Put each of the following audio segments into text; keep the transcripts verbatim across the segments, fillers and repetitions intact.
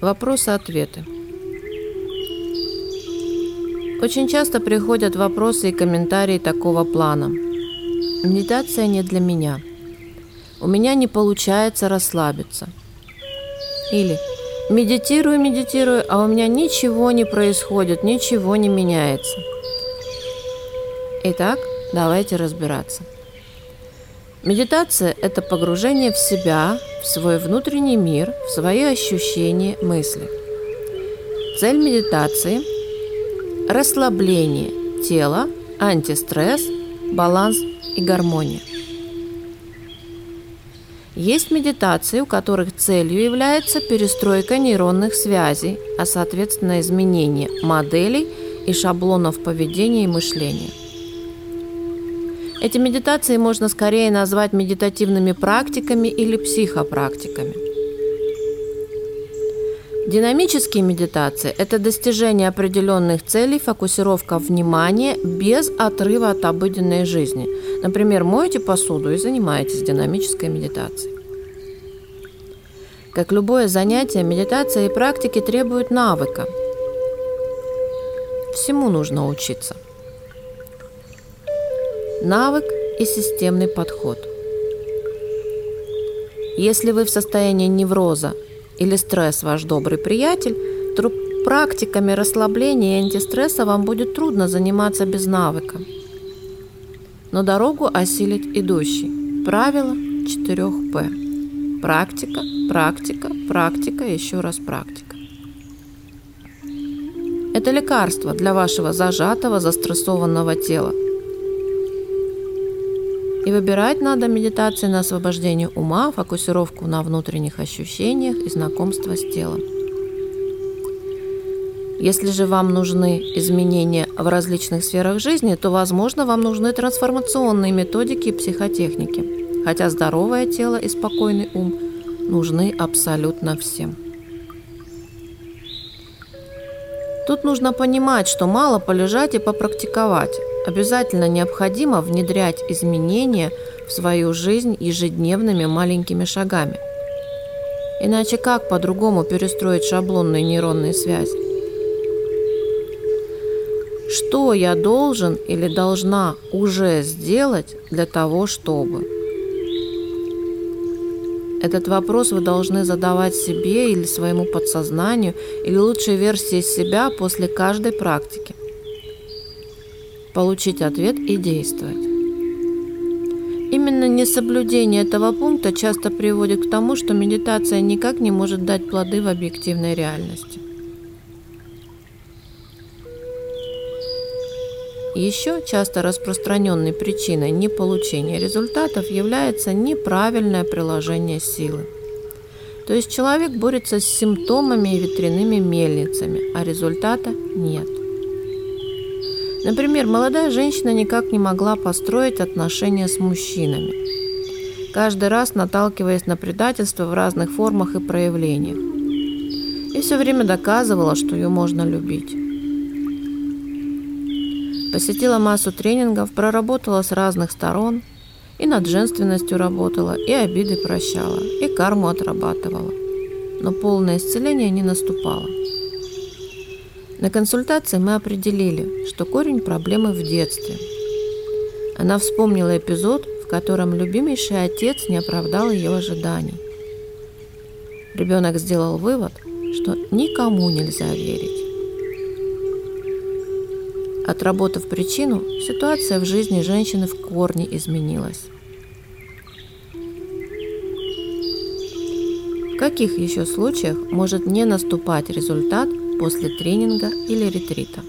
Вопросы-ответы. Очень часто приходят вопросы и комментарии такого плана. Медитация не для меня. У меня не получается расслабиться. Или медитирую, медитирую, а у меня ничего не происходит, ничего не меняется. Итак, давайте разбираться. Медитация – это погружение в себя, в свой внутренний мир, в свои ощущения, мысли. Цель медитации – расслабление тела, антистресс, баланс и гармония. Есть медитации, у которых целью является перестройка нейронных связей, а соответственно изменение моделей и шаблонов поведения и мышления. Эти медитации можно скорее назвать медитативными практиками или психопрактиками. Динамические медитации – это достижение определенных целей, фокусировка внимания без отрыва от обыденной жизни. Например, моете посуду и занимаетесь динамической медитацией. Как любое занятие, медитация и практики требуют навыка. Всему нужно учиться. Навык и системный подход. Если вы в состоянии невроза или стресс ваш добрый приятель, то практиками расслабления и антистресса вам будет трудно заниматься без навыка. Но дорогу осилит идущий. Правило четырех П. Практика, практика, практика, еще раз практика. Это лекарство для вашего зажатого, застрессованного тела. И выбирать надо медитации на освобождение ума, фокусировку на внутренних ощущениях и знакомство с телом. Если же вам нужны изменения в различных сферах жизни, то, возможно, вам нужны трансформационные методики и психотехники, хотя здоровое тело и спокойный ум нужны абсолютно всем. Тут нужно понимать, что мало полежать и попрактиковать. Обязательно необходимо внедрять изменения в свою жизнь ежедневными маленькими шагами. Иначе как по-другому перестроить шаблонные нейронные связи? Что я должен или должна уже сделать для того, чтобы? Этот вопрос вы должны задавать себе или своему подсознанию, или лучшей версии себя после каждой практики. Получить ответ и действовать. Именно несоблюдение этого пункта часто приводит к тому, что медитация никак не может дать плоды в объективной реальности. Еще часто распространенной причиной неполучения результатов является неправильное приложение силы. То есть человек борется с симптомами и ветряными мельницами, а результата нет. Например, молодая женщина никак не могла построить отношения с мужчинами, каждый раз наталкиваясь на предательство в разных формах и проявлениях. И все время доказывала, что ее можно любить. Посетила массу тренингов, проработала с разных сторон, и над женственностью работала, и обиды прощала, и карму отрабатывала. Но полное исцеление не наступало. На консультации мы определили, что корень проблемы в детстве. Она вспомнила эпизод, в котором любимейший отец не оправдал ее ожиданий. Ребенок сделал вывод, что никому нельзя верить. Отработав причину, ситуация в жизни женщины в корне изменилась. В каких еще случаях может не наступать результат после тренинга или ретрита?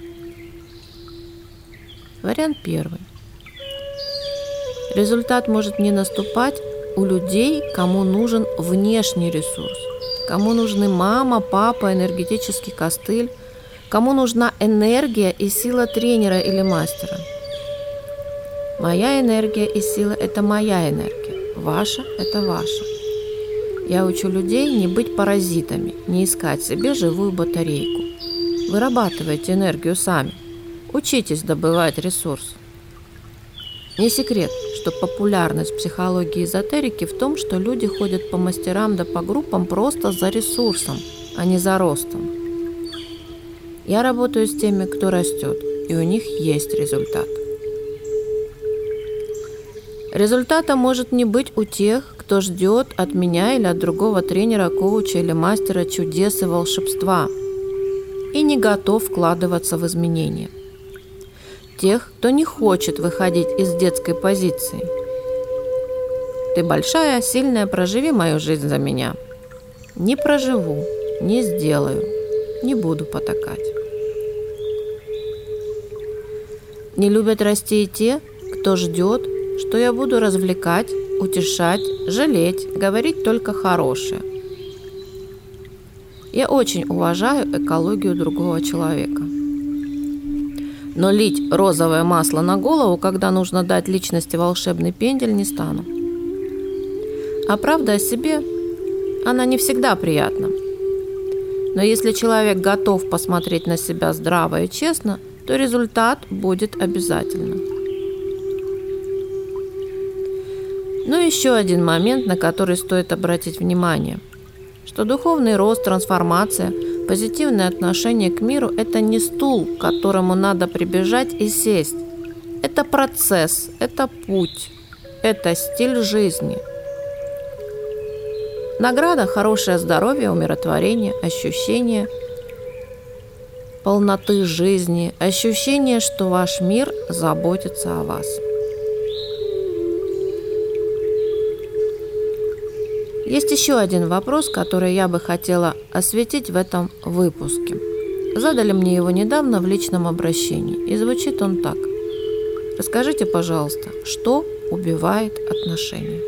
Вариант первый. Результат может не наступать у людей, кому нужен внешний ресурс, кому нужны мама, папа, энергетический костыль, кому нужна энергия и сила тренера или мастера. Моя энергия и сила – это моя энергия, ваша – это ваша. Я учу людей не быть паразитами, не искать себе живую батарейку. Вырабатывайте энергию сами, учитесь добывать ресурс. Не секрет, что популярность психологии эзотерики в том, что люди ходят по мастерам да по группам просто за ресурсом, а не за ростом. Я работаю с теми, кто растет, и у них есть результат. Результата может не быть у тех, кто ждет от меня или от другого тренера, коуча или мастера чудес и волшебства и не готов вкладываться в изменения. Тех, кто не хочет выходить из детской позиции. Ты большая, сильная, проживи мою жизнь за меня. Не проживу, не сделаю, не буду потакать. Не любят расти и те, кто ждет, что я буду развлекать, утешать, жалеть, говорить только хорошее. Я очень уважаю экологию другого человека. Но лить розовое масло на голову, когда нужно дать личности волшебный пендель, не стану. А правда о себе, она не всегда приятна. Но если человек готов посмотреть на себя здраво и честно, то результат будет обязательно. Но еще один момент, на который стоит обратить внимание, что духовный рост, трансформация, позитивное отношение к миру – это не стул, к которому надо прибежать и сесть. Это процесс, это путь, это стиль жизни. Награда – хорошее здоровье, умиротворение, ощущение полноты жизни, ощущение, что ваш мир заботится о вас. Есть еще один вопрос, который я бы хотела осветить в этом выпуске. Задали мне его недавно в личном обращении, и звучит он так. Расскажите, пожалуйста, что убивает отношения?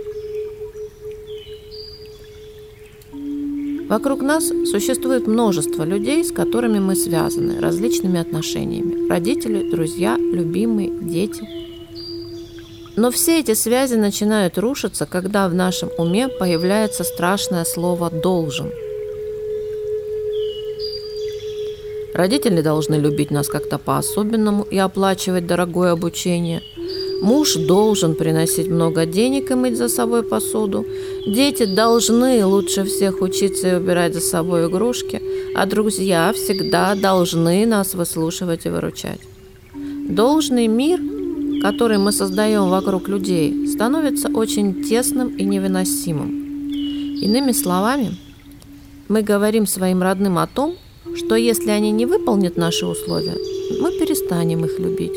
Вокруг нас существует множество людей, с которыми мы связаны различными отношениями. Родители, друзья, любимые, дети. Но все эти связи начинают рушиться, когда в нашем уме появляется страшное слово «должен». Родители должны любить нас как-то по-особенному и оплачивать дорогое обучение. Муж должен приносить много денег и мыть за собой посуду. Дети должны лучше всех учиться и убирать за собой игрушки, а друзья всегда должны нас выслушивать и выручать. Должный мир, который мы создаем вокруг людей, становится очень тесным и невыносимым. Иными словами, мы говорим своим родным о том, что если они не выполнят наши условия, мы перестанем их любить.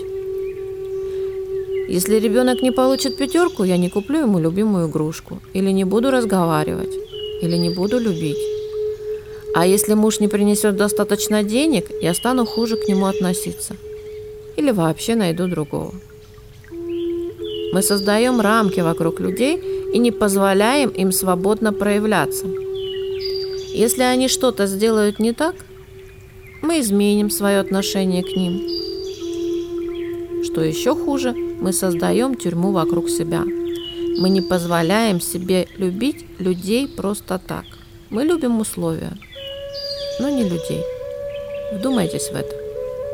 Если ребенок не получит пятерку, я не куплю ему любимую игрушку, или не буду разговаривать, или не буду любить. А если муж не принесет достаточно денег, я стану хуже к нему относиться, или вообще найду другого. Мы создаем рамки вокруг людей и не позволяем им свободно проявляться. Если они что-то сделают не так, мы изменим свое отношение к ним. Что еще хуже, мы создаем тюрьму вокруг себя. Мы не позволяем себе любить людей просто так. Мы любим условия, но не людей. Вдумайтесь в это.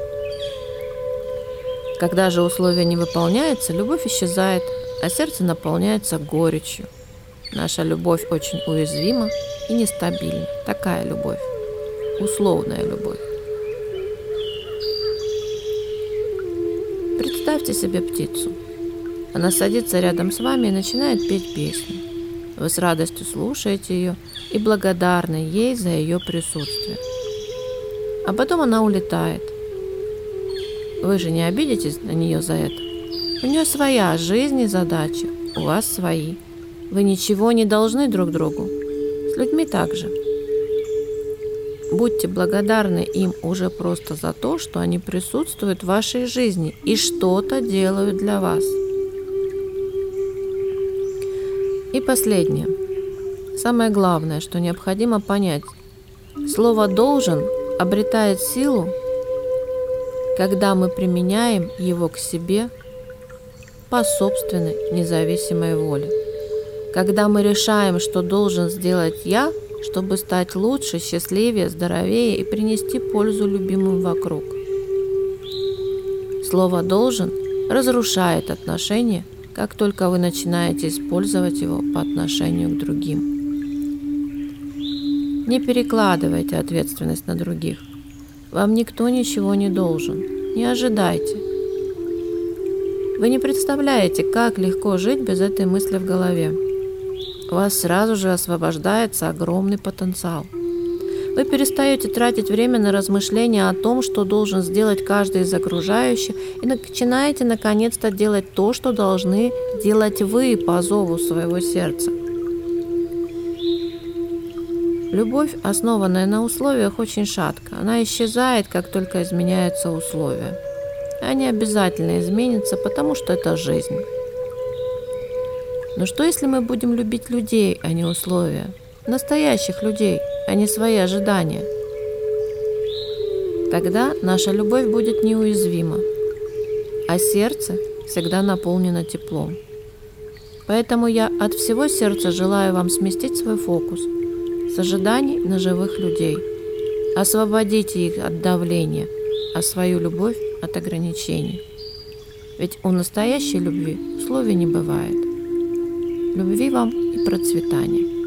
Когда же условия не выполняются, любовь исчезает, а сердце наполняется горечью. Наша любовь очень уязвима и нестабильна. Такая любовь. Условная любовь. Представьте себе птицу. Она садится рядом с вами и начинает петь песню. Вы с радостью слушаете ее и благодарны ей за ее присутствие. А потом она улетает. Вы же не обидитесь на нее за это? У нее своя жизнь и задачи, у вас свои. Вы ничего не должны друг другу. С людьми так же. Будьте благодарны им уже просто за то, что они присутствуют в вашей жизни и что-то делают для вас. И последнее. Самое главное, что необходимо понять. Слово «должен» обретает силу, когда мы применяем его к себе по собственной независимой воле. Когда мы решаем, что должен сделать я, чтобы стать лучше, счастливее, здоровее и принести пользу любимым вокруг. Слово «должен» разрушает отношения, как только вы начинаете использовать его по отношению к другим. Не перекладывайте ответственность на других. Вам никто ничего не должен. Не ожидайте. Вы не представляете, как легко жить без этой мысли в голове. У вас сразу же освобождается огромный потенциал. Вы перестаете тратить время на размышления о том, что должен сделать каждый из окружающих, и начинаете наконец-то делать то, что должны делать вы по зову своего сердца. Любовь, основанная на условиях, очень шатка. Она исчезает, как только изменяются условия. Они обязательно изменятся, потому что это жизнь. Но что, если мы будем любить людей, а не условия? Настоящих людей, а не свои ожидания? Тогда наша любовь будет неуязвима, а сердце всегда наполнено теплом. Поэтому я от всего сердца желаю вам сместить свой фокус с ожиданий на живых людей. Освободите их от давления, а свою любовь от ограничений. Ведь у настоящей любви условий не бывает. Любви вам и процветания.